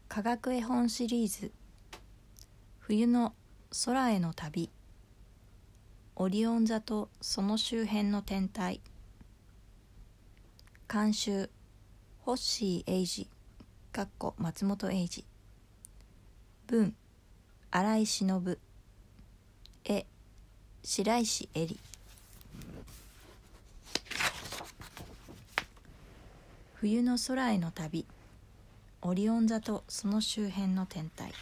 科学絵本シリーズ冬の空への旅、オリオン座とその周辺の天体。監修ホッシー・エイジ松本英二。文新井忍。絵白石絵里。冬の空への旅、オリオン座とその周辺の天体。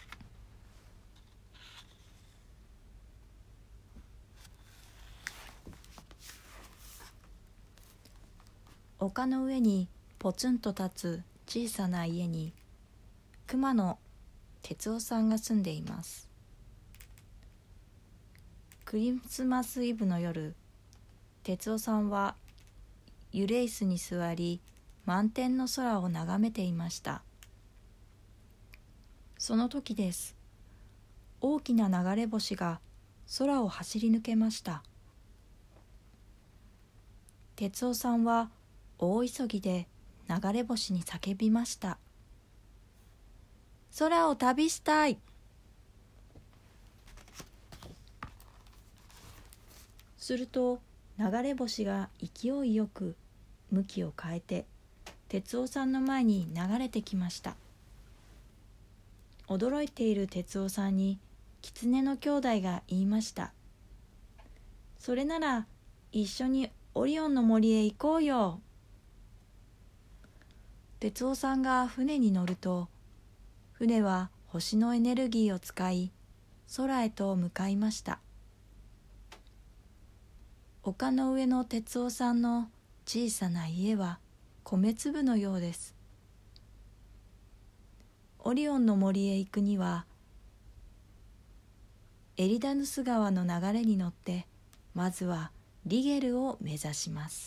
丘の上にポツンと立つ小さな家に熊野哲夫さんが住んでいます。クリスマスイブの夜、哲夫さんは揺れ椅子に座り満天の空を眺めていました。その時です。大きな流れ星が空を走り抜けました。哲夫さんは大急ぎで流れ星に叫びました。空を旅したい。すると流れ星が勢いよく向きを変えて哲夫さんの前に流れてきました。驚いている哲夫さんに狐の兄弟が言いました。それなら一緒にオリオンの森へ行こうよ。哲夫さんが船に乗ると、船は星のエネルギーを使い空へと向かいました。丘の上の哲夫さんの小さな家は米粒のようです。オリオンの森へ行くにはエリダヌス川の流れに乗ってまずはリゲルを目指します。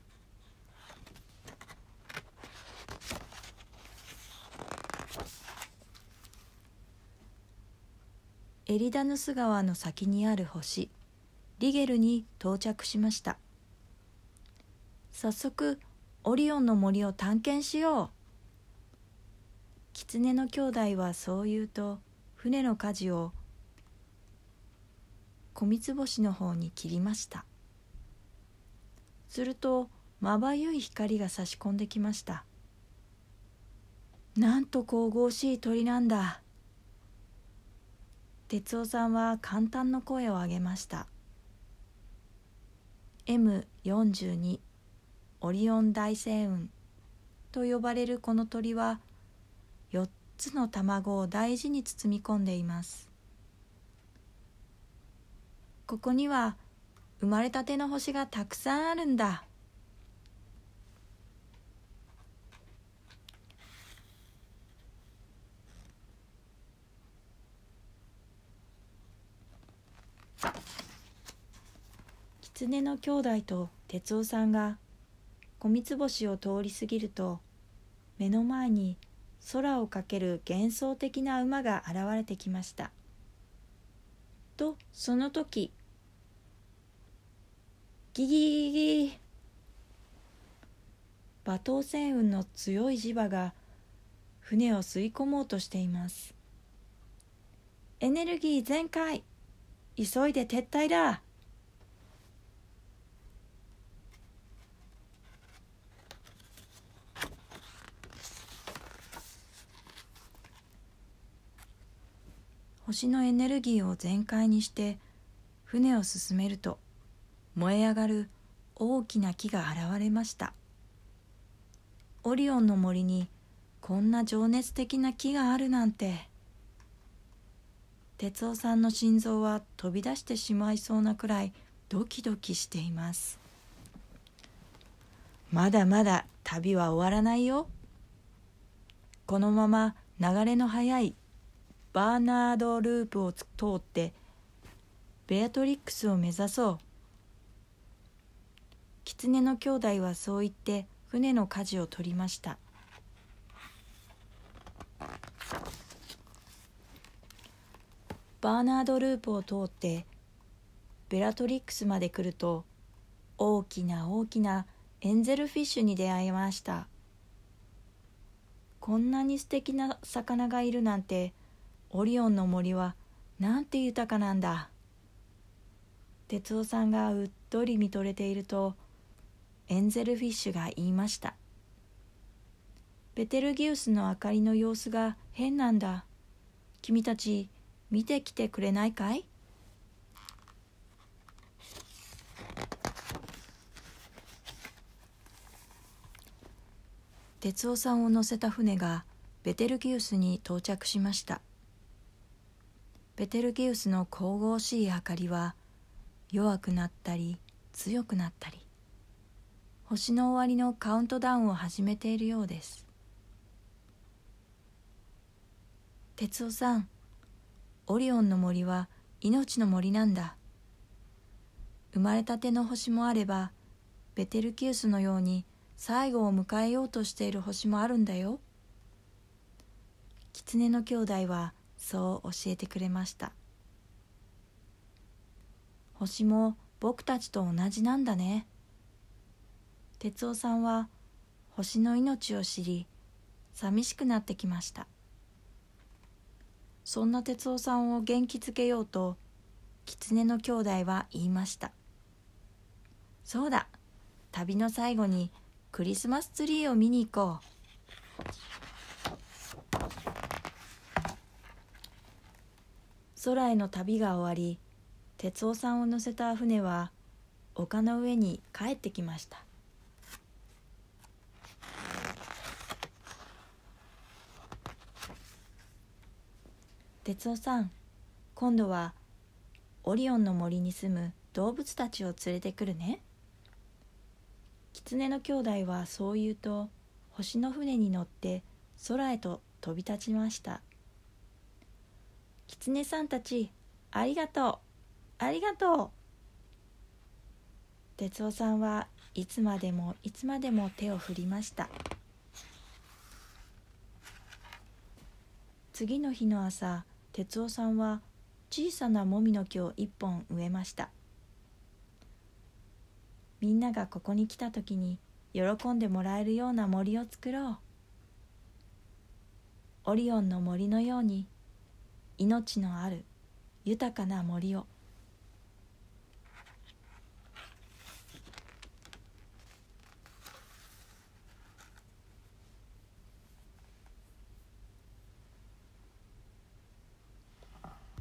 エリダヌス川の先にある星リゲルに到着しました。早速オリオンの森を探検しよう。狐の兄弟はそう言うと船の舵を小三つ星の方に切りました。するとまばゆい光が差し込んできました。なんと神々しい鳥なんだ。哲夫さんは感嘆の声を上げました。M42 オリオン大星雲と呼ばれるこの鳥は4つの卵を大事に包み込んでいます。ここには生まれたての星がたくさんあるんだ。狐の兄弟と哲夫さんが小三つ星を通り過ぎると、目の前に空をかける幻想的な馬が現れてきました。とその時、ギギギギ、馬頭星雲の強い磁場が船を吸い込もうとしています。エネルギー全開、急いで撤退だ。星のエネルギーを全開にして船を進めると、燃え上がる大きな木が現れました。オリオンの森にこんな情熱的な木があるなんて。哲夫さんの心臓は飛び出してしまいそうなくらいドキドキしています。まだまだ旅は終わらないよ。このまま流れの速いバーナードループを通ってベアトリックスを目指そう。狐の兄弟はそう言って船の舵を取りました。バーナードループを通ってベラトリックスまで来ると、大きな大きなエンゼルフィッシュに出会いました。 こんなに素敵な魚がいるなんて、オリオンの森はなんて豊かなんだ。哲夫さんがうっとり見とれていると、エンゼルフィッシュが言いました。ベテルギウスの明かりの様子が変なんだ。君たち見てきてくれないかい？哲夫さんを乗せた船がベテルギウスに到着しました。ベテルギウスの神々しい明かりは弱くなったり強くなったり、星の終わりのカウントダウンを始めているようです。哲夫さん、オリオンの森は命の森なんだ。生まれたての星もあれば、ベテルギウスのように最後を迎えようとしている星もあるんだよ。狐の兄弟はそう教えてくれました。星も僕たちと同じなんだね。哲夫さんは星の命を知り、寂しくなってきました。そんな哲夫さんを元気づけようと、狐の兄弟は言いました。そうだ、旅の最後にクリスマスツリーを見に行こう。空への旅が終わり、哲夫さんを乗せた船は丘の上に帰ってきました。哲夫さん、今度はオリオンの森に住む動物たちを連れてくるね。狐の兄弟はそう言うと、星の船に乗って空へと飛び立ちました。狐さんたち、ありがとう、ありがとう。哲夫さんはいつまでもいつまでも手を振りました。次の日の朝、哲夫さんは小さなもみの木を一本植えました。みんながここに来た時に喜んでもらえるような森を作ろう。オリオンの森のように命のある豊かな森を。